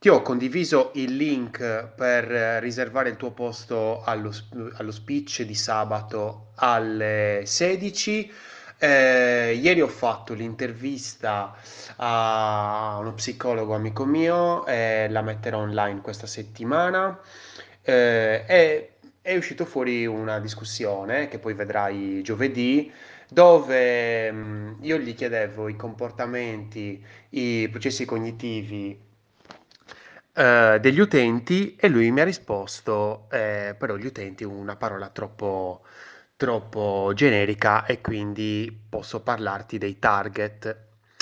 Ti ho condiviso il link per riservare il tuo posto allo speech di sabato alle 16. Ieri ho fatto l'intervista a uno psicologo amico mio e la metterò online questa settimana. È uscito fuori una discussione che poi vedrai giovedì, dove io gli chiedevo i comportamenti, i processi cognitivi degli utenti e lui mi ha risposto, però gli utenti è una parola troppo generica e quindi posso parlarti dei target.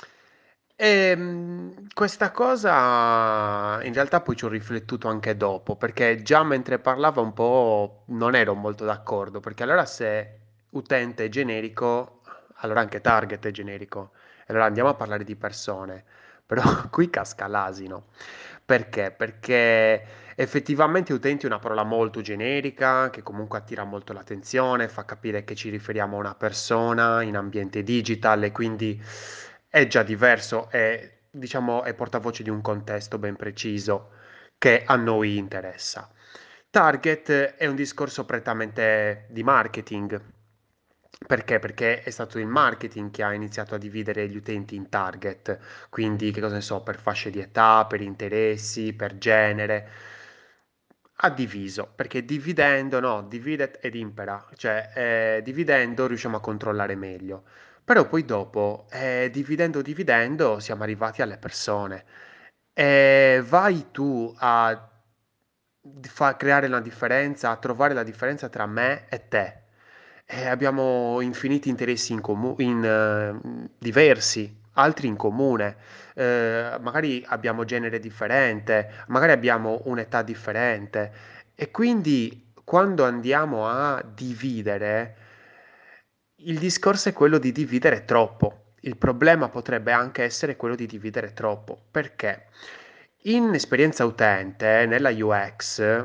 Questa cosa in realtà poi ci ho riflettuto anche dopo, perché già mentre parlava un po' non ero molto d'accordo, perché allora se utente è generico, allora anche target è generico. Allora andiamo a parlare di persone, però qui casca l'asino. Perché? Perché effettivamente utenti è una parola molto generica, che comunque attira molto l'attenzione, fa capire che ci riferiamo a una persona in ambiente digital e quindi è già diverso e diciamo è portavoce di un contesto ben preciso che a noi interessa. Target è un discorso prettamente di marketing. Perché? Perché è stato il marketing che ha iniziato a dividere gli utenti in target, quindi che cosa ne so, per fasce di età, per interessi, per genere. Ha diviso, perché dividendo, no, divided ed impera, cioè dividendo riusciamo a controllare meglio. Però poi dopo, dividendo, siamo arrivati alle persone. E vai tu a creare la differenza, a trovare la differenza tra me e te. E abbiamo infiniti interessi diversi, altri in comune. Magari abbiamo genere differente, magari abbiamo un'età differente. E quindi quando andiamo a dividere, il discorso è quello di dividere troppo. Il problema potrebbe anche essere quello di dividere troppo. Perché? In esperienza utente, nella UX,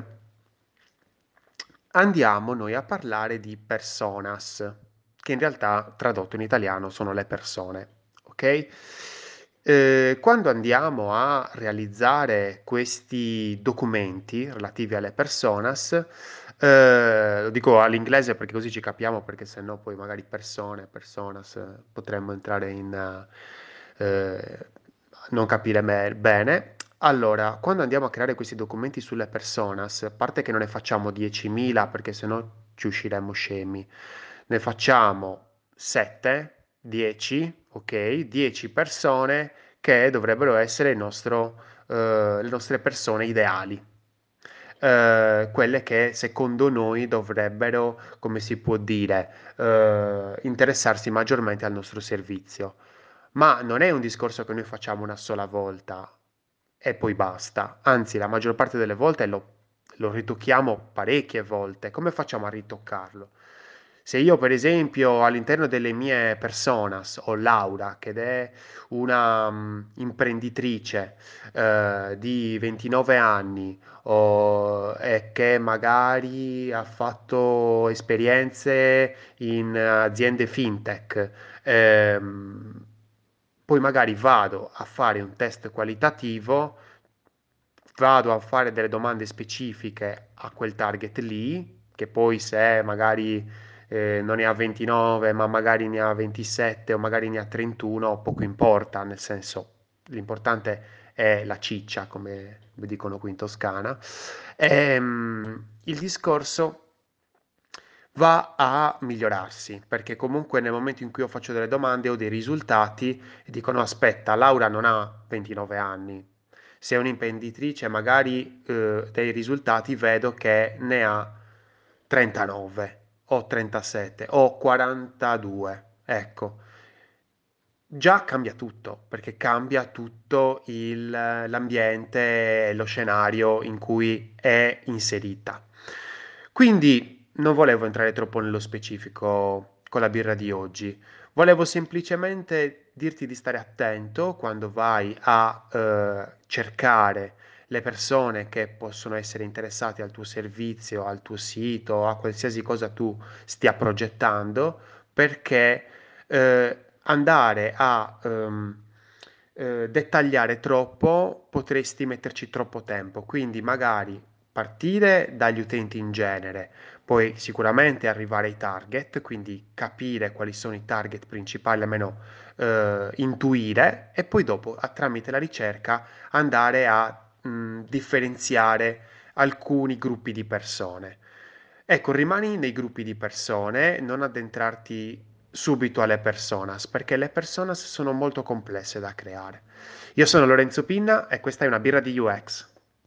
andiamo noi a parlare di personas, che in realtà tradotto in italiano sono le persone, ok? Quando andiamo a realizzare questi documenti relativi alle personas, lo dico all'inglese perché così ci capiamo, perché sennò poi magari persone, personas, potremmo entrare non capire bene. Allora, quando andiamo a creare questi documenti sulle personas, a parte che non ne facciamo 10.000 perché sennò ci usciremmo scemi, ne facciamo 7, 10, ok? 10 persone che dovrebbero essere le nostre persone ideali. Quelle che secondo noi dovrebbero, come si può dire, interessarsi maggiormente al nostro servizio. Ma non è un discorso che noi facciamo una sola volta e poi basta. Anzi, la maggior parte delle volte lo ritocchiamo parecchie volte. Come facciamo a ritoccarlo? Se io, per esempio, all'interno delle mie personas ho Laura, che è una imprenditrice di 29 anni e che magari ha fatto esperienze in aziende fintech, poi magari vado a fare un test qualitativo, vado a fare delle domande specifiche a quel target lì, che poi se magari non ne ha 29, ma magari ne ha 27 o magari ne ha 31, poco importa, nel senso, l'importante è la ciccia, come dicono qui in Toscana. Il discorso va a migliorarsi, perché comunque nel momento in cui io faccio delle domande ho dei risultati e dicono aspetta, Laura non ha 29 anni. Se è un'imprenditrice, magari dai risultati vedo che ne ha 39 o 37 o 42. Ecco, già cambia tutto, perché cambia tutto l'ambiente e lo scenario in cui è inserita. Quindi non volevo entrare troppo nello specifico con la birra di oggi, volevo semplicemente dirti di stare attento quando vai a cercare le persone che possono essere interessate al tuo servizio, al tuo sito, a qualsiasi cosa tu stia progettando, perché andare a dettagliare troppo, potresti metterci troppo tempo. Quindi magari partire dagli utenti in genere, poi sicuramente arrivare ai target, quindi capire quali sono i target principali, almeno intuire, e poi dopo, tramite la ricerca, andare a differenziare alcuni gruppi di persone. Ecco, rimani nei gruppi di persone, non addentrarti subito alle personas, perché le personas sono molto complesse da creare. Io sono Lorenzo Pinna e questa è una birra di UX.